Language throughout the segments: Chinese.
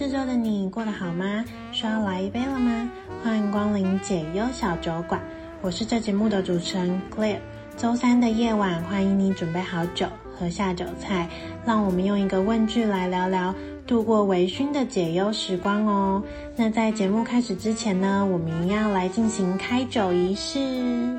这周的你过得好吗？需要来一杯了吗？欢迎光临解忧小酒馆，我是这节目的主持人 Claire。周三的夜晚，欢迎你准备好酒，喝下酒菜，让我们用一个问句来聊聊度过微醺的解忧时光哦。那在节目开始之前呢，我们一样来进行开酒仪式。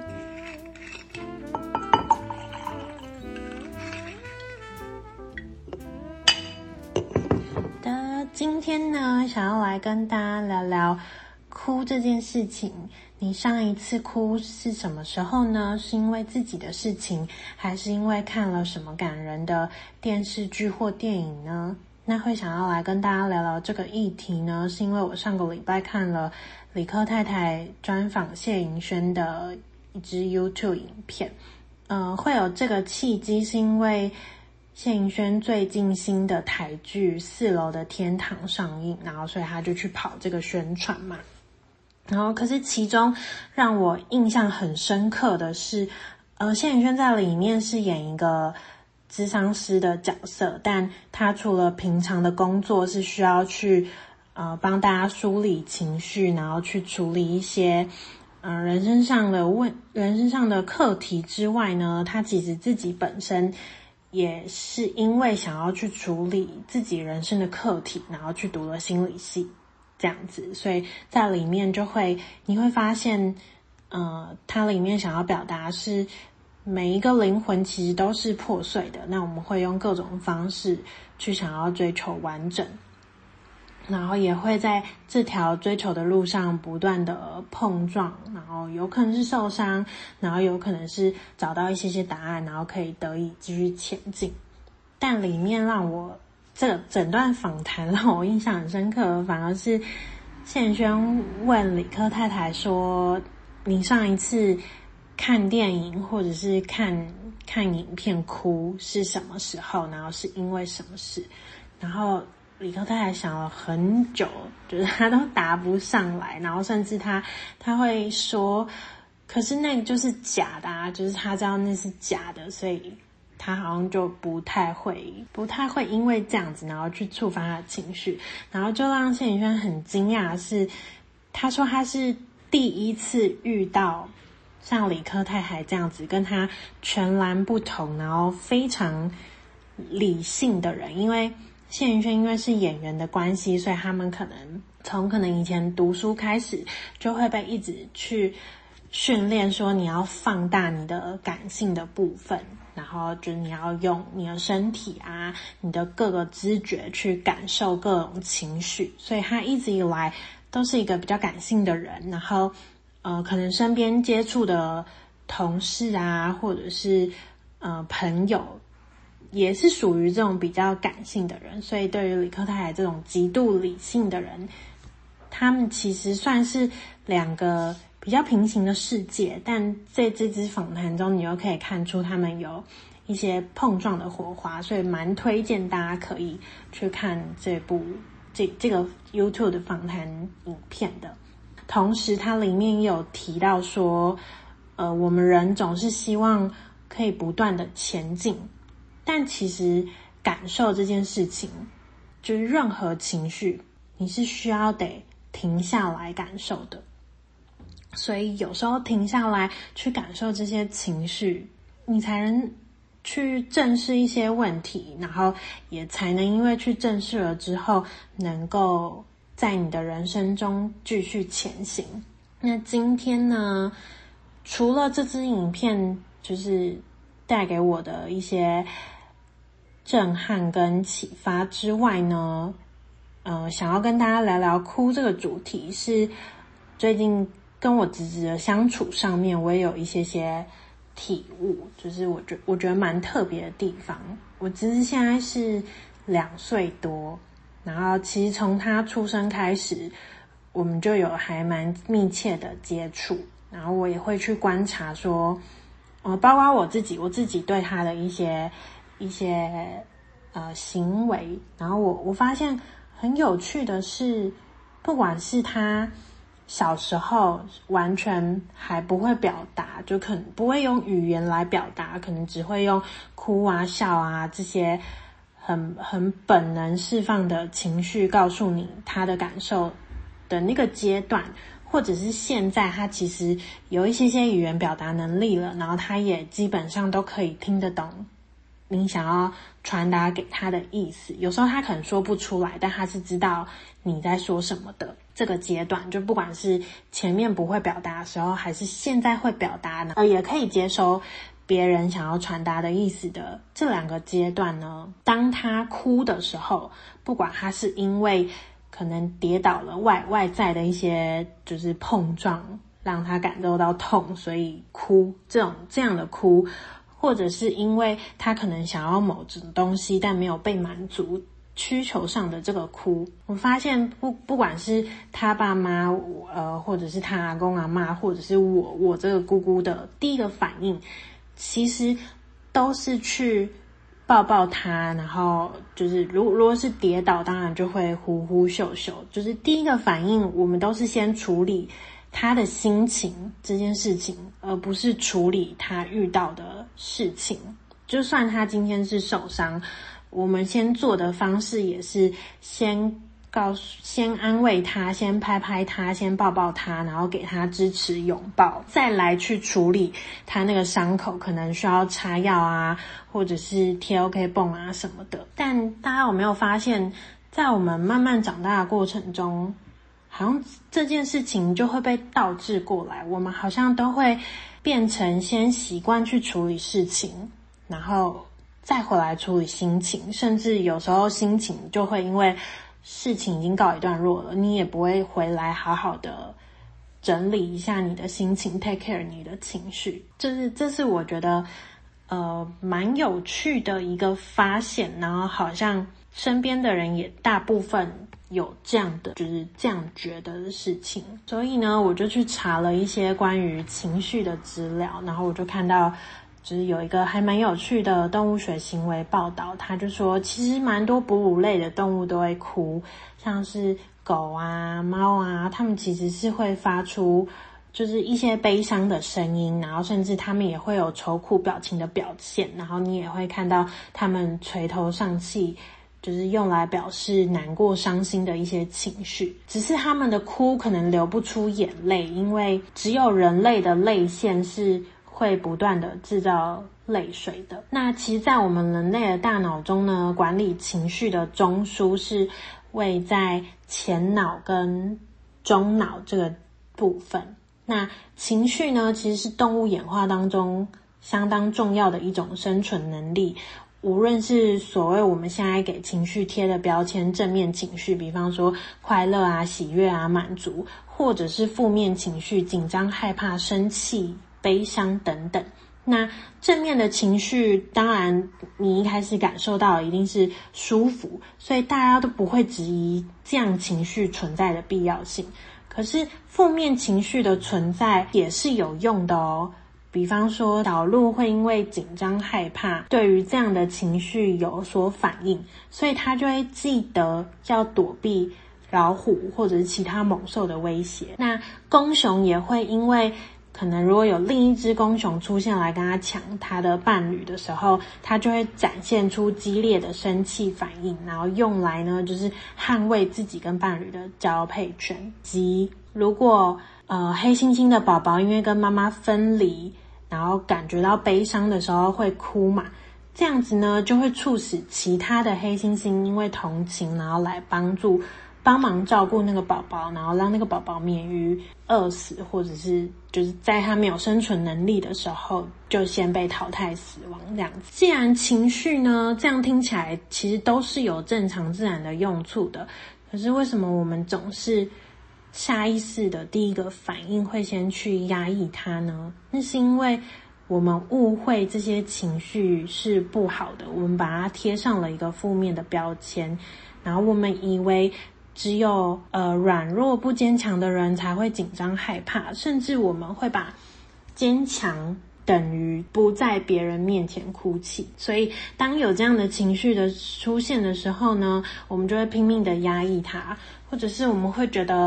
今天呢，想要来跟大家聊聊哭这件事情。你上一次哭是什么时候呢？是因为自己的事情，还是因为看了什么感人的电视剧或电影呢？那会想要来跟大家聊聊这个议题呢，是因为我上个礼拜看了理科太太专访谢盈萱的一支 YouTube 影片。会有这个契机是因为谢盈萱最近新的台剧《4楼的天堂》上映，然后所以他就去跑这个宣传嘛。然后可是其中让我印象很深刻的是，谢盈萱在里面是演一个諮商师的角色，但他除了平常的工作是需要去帮大家梳理情绪，然后去处理一些人生上的课题之外呢，他其实自己本身也是因为想要去处理自己人生的课题，然后去读了心理系这样子，所以在里面你会发现它里面想要表达是每一个灵魂其实都是破碎的，那我们会用各种方式去想要追求完整，然后也会在这条追求的路上不断的碰撞，然后有可能是受伤，然后有可能是找到一些答案，然后可以得以继续前进。但里面让我这个整段访谈让我印象很深刻，反而是谢盈萱问理科太太说，你上一次看电影或者是看影片哭是什么时候，然后是因为什么事，然后理科太太想了很久，就是他都答不上来，然后甚至他会说，可是那个就是假的啊，就是他知道那是假的，所以他好像就不太会因为这样子然后去触发他的情绪，然后就让谢盈萱很惊讶的是，他说他是第一次遇到像理科太太这样子跟他全然不同，然后非常理性的人。因为谢盈萱因为是演员的关系，所以他们可能以前读书开始就会被一直去训练说你要放大你的感性的部分，然后就是你要用你的身体啊，你的各个知觉去感受各种情绪，所以他一直以来都是一个比较感性的人。然后可能身边接触的同事啊，或者是朋友也是属于这种比较感性的人，所以对于理科太太这种极度理性的人，他们其实算是两个比较平行的世界，但在这支访谈中你又可以看出他们有一些碰撞的火花，所以蛮推荐大家可以去看这个 YouTube 的访谈影片的。同时它里面也有提到说我们人总是希望可以不断的前进，但其实感受这件事情，就是任何情绪你是需要得停下来感受的，所以有时候停下来去感受这些情绪，你才能去正视一些问题，然后也才能因为去正视了之后，能够在你的人生中继续前行。那今天呢，除了这支影片就是带给我的一些震撼跟启发之外呢，想要跟大家聊聊哭这个主题，是最近跟我侄子的相处上面，我也有一些体悟，就是我觉得蛮特别的地方。我侄子现在是2岁多，然后其实从他出生开始，我们就有还蛮密切的接触，然后我也会去观察说，包括我自己对他的一些行为，然后我发现很有趣的是，不管是他小时候完全还不会表达，就可能不会用语言来表达，可能只会用哭啊笑啊这些很本能释放的情绪告诉你他的感受的那个阶段，或者是现在他其实有一些语言表达能力了，然后他也基本上都可以听得懂你想要传达给他的意思。有时候他可能说不出来，但他是知道你在说什么的。这个阶段就不管是前面不会表达的时候，还是现在会表达呢，也可以接收别人想要传达的意思的这两个阶段呢，当他哭的时候，不管他是因为可能跌倒了外在的一些就是碰撞让他感受到痛，所以哭，这样的哭，或者是因为他可能想要某种东西但没有被满足，需求上的这个哭，我发现不管是他爸妈或者是他阿公阿嬷，或者是我这个姑姑的第一个反应，其实都是去抱抱他，然后就是如果是跌倒，当然就会呼呼秀秀，就是第一个反应我们都是先处理他的心情这件事情，而不是处理他遇到的事情。就算他今天是受伤，我们先做的方式也是先安慰他，先拍拍他，先抱抱他，然后给他支持拥抱，再来去处理他那个伤口，可能需要擦药啊，或者是贴 OK 绷啊什么的。但大家有没有发现，在我们慢慢长大的过程中，好像这件事情就会被倒置过来，我们好像都会变成先习惯去处理事情，然后再回来处理心情，甚至有时候心情就会因为事情已经告一段落了，你也不会回来好好的整理一下你的心情 take care 你的情绪。这是我觉得蛮有趣的一个发现，然后好像身边的人也大部分有这样的就是这样觉得的事情。所以呢，我就去查了一些关于情绪的资料，然后我就看到就是有一个还蛮有趣的动物学行为报道，他就说其实蛮多哺乳类的动物都会哭，像是狗啊猫啊，它们其实是会发出就是一些悲伤的声音，然后甚至他们也会有愁苦表情的表现，然后你也会看到他们垂头丧气，就是用来表示难过伤心的一些情绪。只是他们的哭可能流不出眼泪，因为只有人类的泪腺是会不断的制造泪水的。那其实在我们人类的大脑中呢，管理情绪的中枢是位在前脑跟中脑这个部分。那情绪呢，其实是动物演化当中相当重要的一种生存能力。无论是所谓我们现在给情绪贴的标签，正面情绪，比方说快乐啊、喜悦啊、满足，或者是负面情绪，紧张、害怕、生气、悲伤等等。那正面的情绪，当然你一开始感受到的一定是舒服，所以大家都不会质疑这样情绪存在的必要性。可是负面情绪的存在也是有用的哦。比方说小鹿会因为紧张害怕，对于这样的情绪有所反应，所以它就会记得要躲避老虎或者是其他猛兽的威胁。那公熊也会因为可能如果有另一只公熊出现来跟他抢他的伴侣的时候，他就会展现出激烈的生气反应，然后用来呢就是捍卫自己跟伴侣的交配权。及如果黑猩猩的宝宝因为跟妈妈分离，然后感觉到悲伤的时候会哭嘛，这样子呢就会促使其他的黑猩猩因为同情，然后来帮忙照顾那个宝宝，然后让那个宝宝免于饿死，或者是就是在他没有生存能力的时候就先被淘汰死亡这样子。既然情绪呢这样听起来其实都是有正常自然的用处的，可是为什么我们总是下意识的第一个反应会先去压抑它呢？那是因为我们误会这些情绪是不好的，我们把它贴上了一个负面的标签，然后我们以为只有软弱不坚强的人才会紧张害怕，甚至我们会把坚强等于不在别人面前哭泣。所以当有这样的情绪的出现的时候呢，我们就会拼命的压抑它，或者是我们会觉得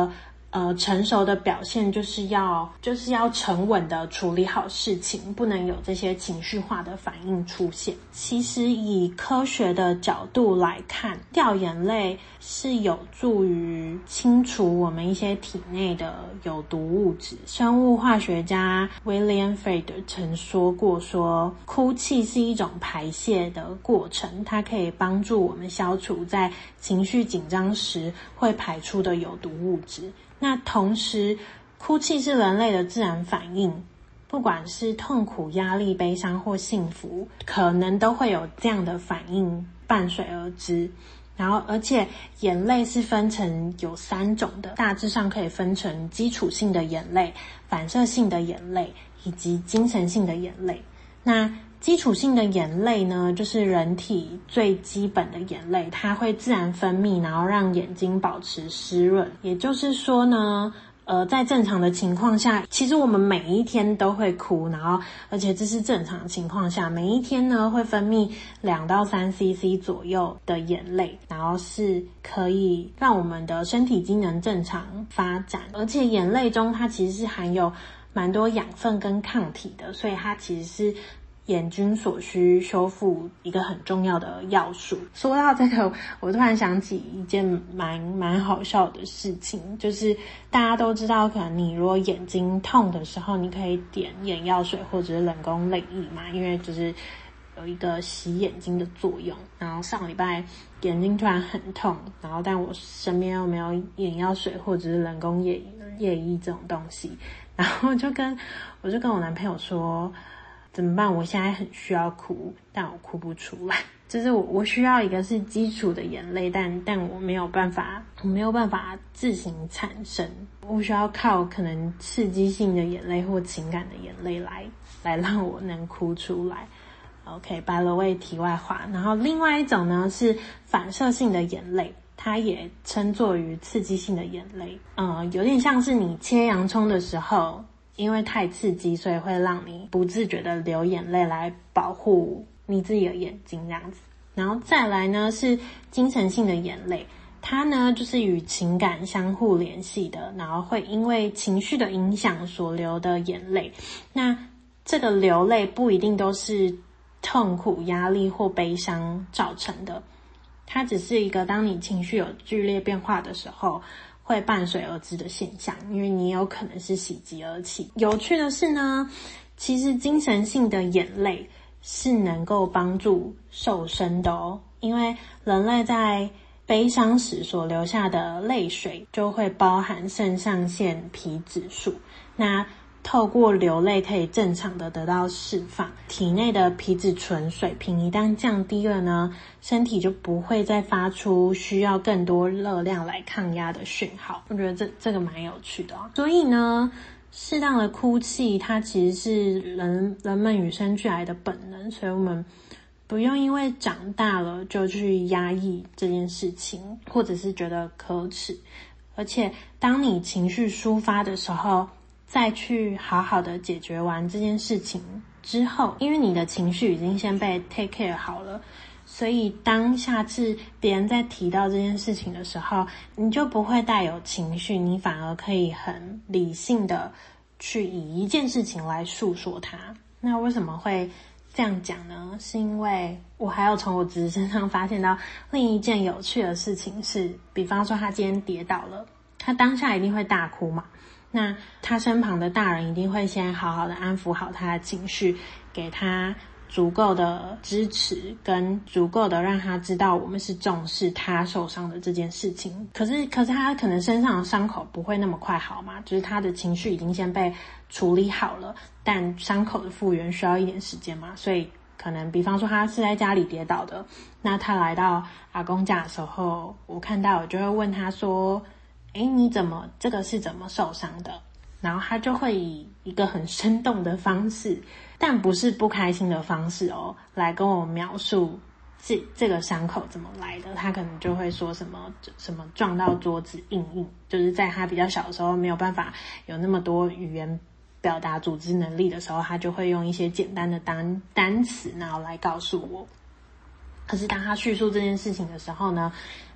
成熟的表现就是要沉稳的处理好事情，不能有这些情绪化的反应出现。其实以科学的角度来看，掉眼泪是有助于清除我们一些体内的有毒物质。生物化学家 William Frieder 曾说过，哭泣是一种排泄的过程，它可以帮助我们消除在情绪紧张时会排出的有毒物质。那同时，哭泣是人类的自然反应，不管是痛苦、压力、悲伤或幸福，可能都会有这样的反应伴随而之。然后，而且眼泪是分成有3种的，大致上可以分成基础性的眼泪、反射性的眼泪以及精神性的眼泪。那基础性的眼泪呢，就是人体最基本的眼泪，它会自然分泌，然后让眼睛保持湿润。也就是说呢，在正常的情况下，其实我们每一天都会哭，然后而且这是正常的情况下，每一天呢会分泌2到3 cc 左右的眼泪，然后是可以让我们的身体机能正常发展。而且眼泪中它其实是含有蛮多养分跟抗体的，所以它其实是眼睛所需修复一个很重要的要素。说到这个，我突然想起一件蛮好笑的事情，就是大家都知道，可能你如果眼睛痛的时候，你可以点眼药水或者是人工泪液嘛，因为就是有一个洗眼睛的作用。然后上礼拜眼睛突然很痛，然后但我身边又没有眼药水或者是人工液这种东西，然后我就跟我男朋友说，怎么办？我现在很需要哭，但我哭不出来。就是我需要一个是基础的眼泪，但我没有办法自行产生。我需要靠可能刺激性的眼泪或情感的眼泪来让我能哭出来。OK，by the way，题外话。然后另外一种呢是反射性的眼泪，它也称作于刺激性的眼泪。有点像是你切洋葱的时候，因为太刺激，所以会让你不自觉的流眼泪来保护你自己的眼睛这样子。然后再来呢是精神性的眼泪，它呢就是与情感相互联系的，然后会因为情绪的影响所流的眼泪。那这个流泪不一定都是痛苦、压力或悲伤造成的，它只是一个当你情绪有剧烈变化的时候会伴随而至的现象，因为你有可能是喜极而泣。有趣的是呢，其实精神性的眼泪是能够帮助瘦身的哦，因为人类在悲伤时所留下的泪水就会包含肾上腺皮质素，那透过流泪可以正常的得到释放，体内的皮质醇水平一旦降低了呢，身体就不会再发出需要更多热量来抗压的讯号。我觉得这个蛮有趣的哦。所以呢，适当的哭泣它其实是人们与生俱来的本能，所以我们不用因为长大了就去压抑这件事情，或者是觉得可耻。而且当你情绪抒发的时候，再去好好的解决完这件事情之后，因为你的情绪已经先被 take care 好了，所以当下次别人在提到这件事情的时候，你就不会带有情绪，你反而可以很理性的去以一件事情来诉说它。那为什么会这样讲呢？是因为我还有从我侄子身上发现到另一件有趣的事情是，比方说他今天跌倒了，他当下一定会大哭嘛，那他身旁的大人一定会先好好的安抚好他的情绪，给他足够的支持，跟足够的让他知道我们是重视他受伤的这件事情。可是他可能身上的伤口不会那么快好嘛，就是他的情绪已经先被处理好了，但伤口的复原需要一点时间嘛，所以可能比方说他是在家里跌倒的，那他来到阿公家的时候，我看到我就会问他说，你这个是怎么受伤的？然后他就会以一个很生动的方式，但不是不开心的方式哦，来跟我描述这个伤口怎么来的。他可能就会说什么撞到桌子硬，就是在他比较小的时候没有办法有那么多语言表达组织能力的时候，他就会用一些简单的单词然后来告诉我。可是当他叙述这件事情的时候呢，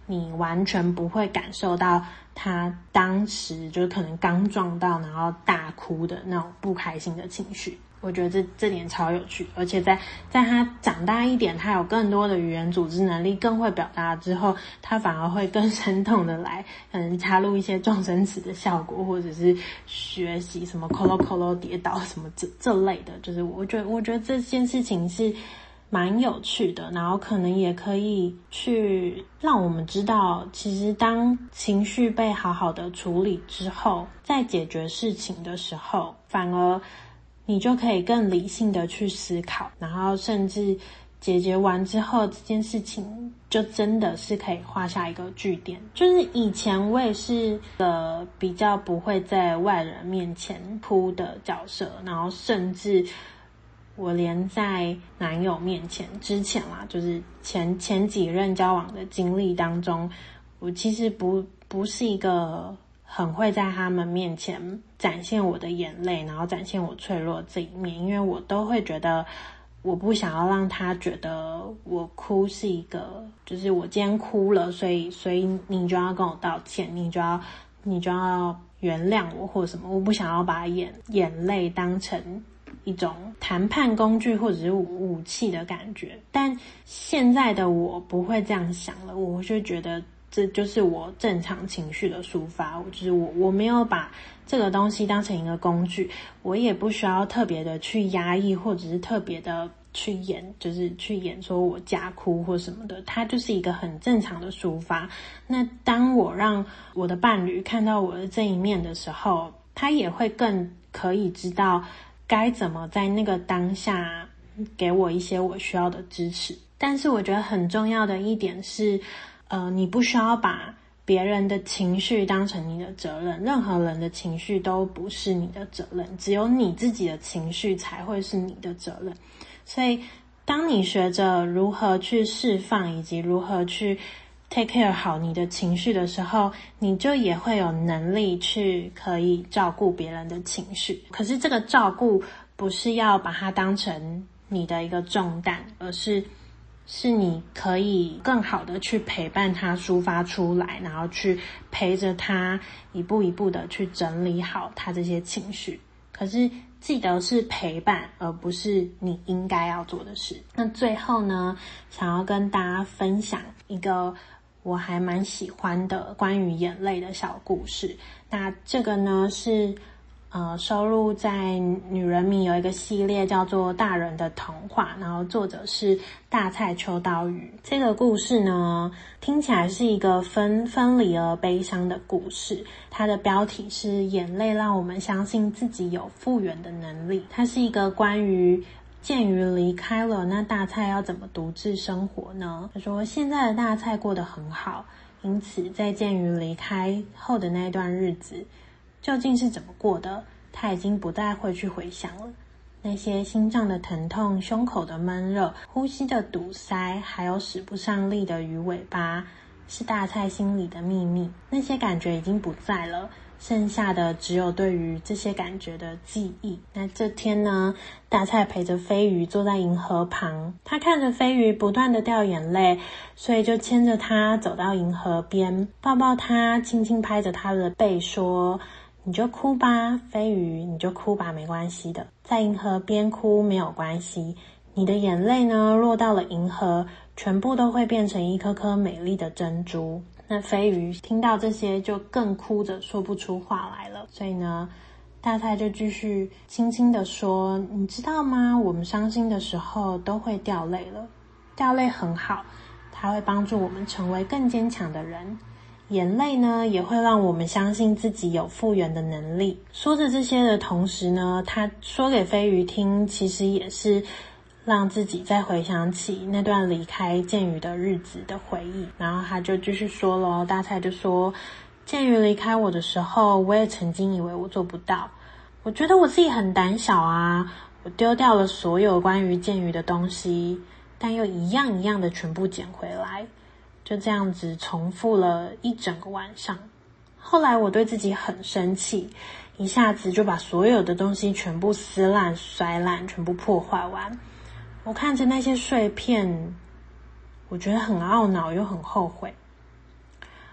你完全不会感受到他当时就可能刚撞到然后大哭的那种不开心的情绪。我觉得这点超有趣，而且在他长大一点，他有更多的语言组织能力，更会表达之后，他反而会更生动的来可能加入一些撞声词的效果，或者是学习什么 colo 跌倒什么这类的。就是我觉得这件事情是蛮有趣的，然后可能也可以去让我们知道，其实当情绪被好好的处理之后，在解决事情的时候，反而你就可以更理性的去思考，然后甚至解决完之后，这件事情就真的是可以画下一个句点。就是以前我也是个比较不会在外人面前哭的角色，然后甚至我连在男友面前之前啦，就是前几任交往的经历当中，我其实不是一个很会在他们面前展现我的眼泪，然后展现我脆弱这一面，因为我都会觉得我不想要让他觉得我哭是一个，就是我今天哭了，所以你就要跟我道歉，你就要原谅我或什么，我不想要把眼泪当成一种谈判工具或者是武器的感觉。但现在的我不会这样想了，我就觉得这就是我正常情绪的抒发，我没有把这个东西当成一个工具，我也不需要特别的去压抑，或者是特别的去演，就是去演说我假哭或什么的，它就是一个很正常的抒发。那当我让我的伴侣看到我的这一面的时候，他也会更可以知道该怎么在那个当下给我一些我需要的支持。但是我觉得很重要的一点是你不需要把别人的情绪当成你的责任，任何人的情绪都不是你的责任，只有你自己的情绪才会是你的责任。所以当你学着如何去释放以及如何去 take care 好你的情绪的时候，你就也会有能力去可以照顾别人的情绪。可是这个照顾不是要把它当成你的一个重担，而是你可以更好的去陪伴他抒发出来，然后去陪着他一步一步的去整理好他这些情绪。可是记得是陪伴，而不是你应该要做的事。那最后呢，想要跟大家分享一个我还蛮喜欢的关于眼泪的小故事。那这个呢是收录在女人迷有一个系列叫做大人的童话，然后作者是大菜秋刀鱼。这个故事呢听起来是一个分离而悲伤的故事，它的标题是眼泪让我们相信自己有复原的能力。它是一个关于剑鱼离开了，那大菜要怎么独自生活呢？他说现在的大菜过得很好，因此在剑鱼离开后的那段日子究竟是怎么过的，他已经不再会去回想了。那些心脏的疼痛、胸口的闷热、呼吸的堵塞，还有使不上力的鱼尾巴，是大菜心里的秘密。那些感觉已经不在了，剩下的只有对于这些感觉的记忆。那这天呢，大菜陪着飞鱼坐在银河旁，他看着飞鱼不断的掉眼泪，所以就牵着他走到银河边，抱抱他，轻轻拍着他的背说，你就哭吧，飞鱼，你就哭吧，没关系的，在银河边哭没有关系，你的眼泪呢落到了银河，全部都会变成一颗颗美丽的珍珠。那飞鱼听到这些就更哭着说不出话来了，所以呢大菜就继续轻轻地说，你知道吗，我们伤心的时候都会掉泪了，掉泪很好，它会帮助我们成为更坚强的人，眼泪呢也会让我们相信自己有复原的能力。说着这些的同时呢，他说给飞鱼听，其实也是让自己再回想起那段离开剑鱼的日子的回忆。然后他就继续说咯，大菜就说，剑鱼离开我的时候，我也曾经以为我做不到，我觉得我自己很胆小啊，我丢掉了所有关于剑鱼的东西，但又一样一样的全部捡回来，就这样子重复了一整个晚上。后来我对自己很生气，一下子就把所有的东西全部撕烂摔烂，全部破坏完。我看着那些碎片，我觉得很懊恼又很后悔。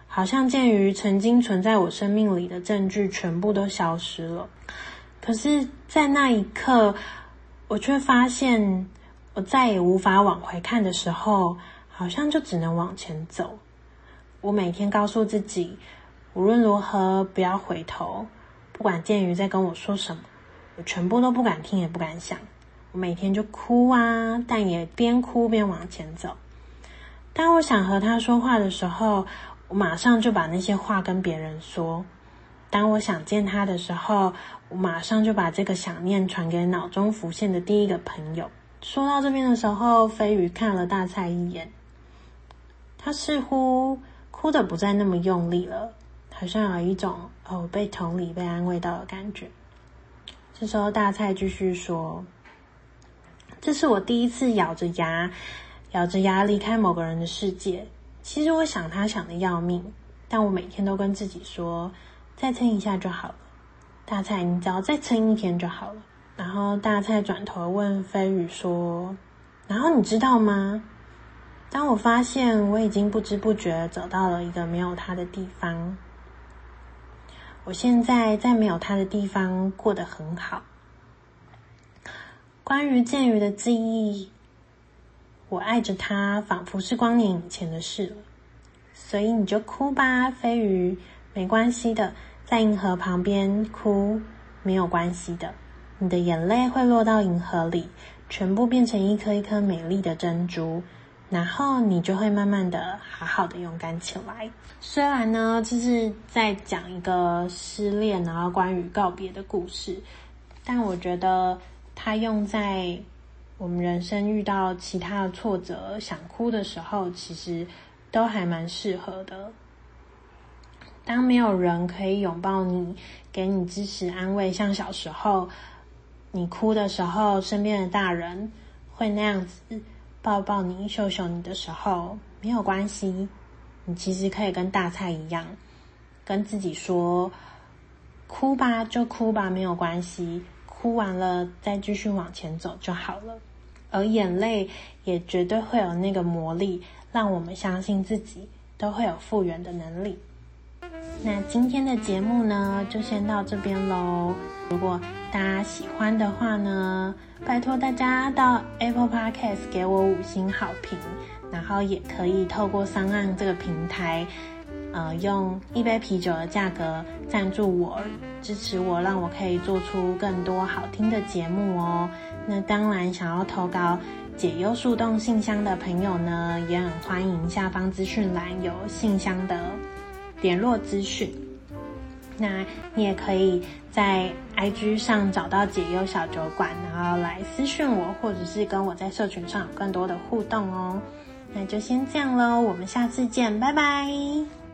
好像鉴于曾经存在我生命里的证据全部都消失了。可是在那一刻，我却发现我再也无法往回看的时候，好像就只能往前走。我每天告诉自己，无论如何不要回头，不管建宇在跟我说什么，我全部都不敢听也不敢想。我每天就哭啊，但也边哭边往前走。当我想和他说话的时候，我马上就把那些话跟别人说。当我想见他的时候，我马上就把这个想念传给脑中浮现的第一个朋友。说到这边的时候，飞宇看了大蔡一眼，他似乎哭得不再那么用力了，好像有一种被同理被安慰到的感觉。这时候大蔡继续说，这是我第一次咬着牙离开某个人的世界。其实我想他想得要命，但我每天都跟自己说，再撑一下就好了。大蔡，你只要再撑一天就好了。然后大蔡转头问飞宇说，然后你知道吗？当我发现我已经不知不觉走到了一个没有他的地方，我现在在没有他的地方过得很好。关于建宇的记忆，我爱着他仿佛是光年以前的事了。所以你就哭吧，飞宇，没关系的，在银河旁边哭没有关系的，你的眼泪会落到银河里，全部变成一颗一颗美丽的珍珠，然后你就会慢慢的好好的勇敢起来。虽然呢这是在讲一个失恋然后关于告别的故事，但我觉得它用在我们人生遇到其他的挫折想哭的时候，其实都还蛮适合的。当没有人可以拥抱你，给你支持安慰，像小时候你哭的时候，身边的大人会那样子抱抱你秀秀你的时候，没有关系，你其实可以跟大蔡一样，跟自己说，哭吧就哭吧，没有关系，哭完了再继续往前走就好了。而眼泪也绝对会有那个魔力，让我们相信自己都会有复原的能力。那今天的节目呢，就先到这边咯。如果大家喜欢的话呢，拜托大家到 Apple Podcast 给我5星好评，然后也可以透过商岸这个平台用一杯啤酒的价格赞助我，支持我，让我可以做出更多好听的节目哦。那当然想要投稿解忧树洞信箱的朋友呢，也很欢迎下方资讯栏有信箱的联络资讯。那你也可以在 IG 上找到解忧小酒馆，然后来私讯我，或者是跟我在社群上有更多的互动哦。那就先这样咯，我们下次见，拜拜。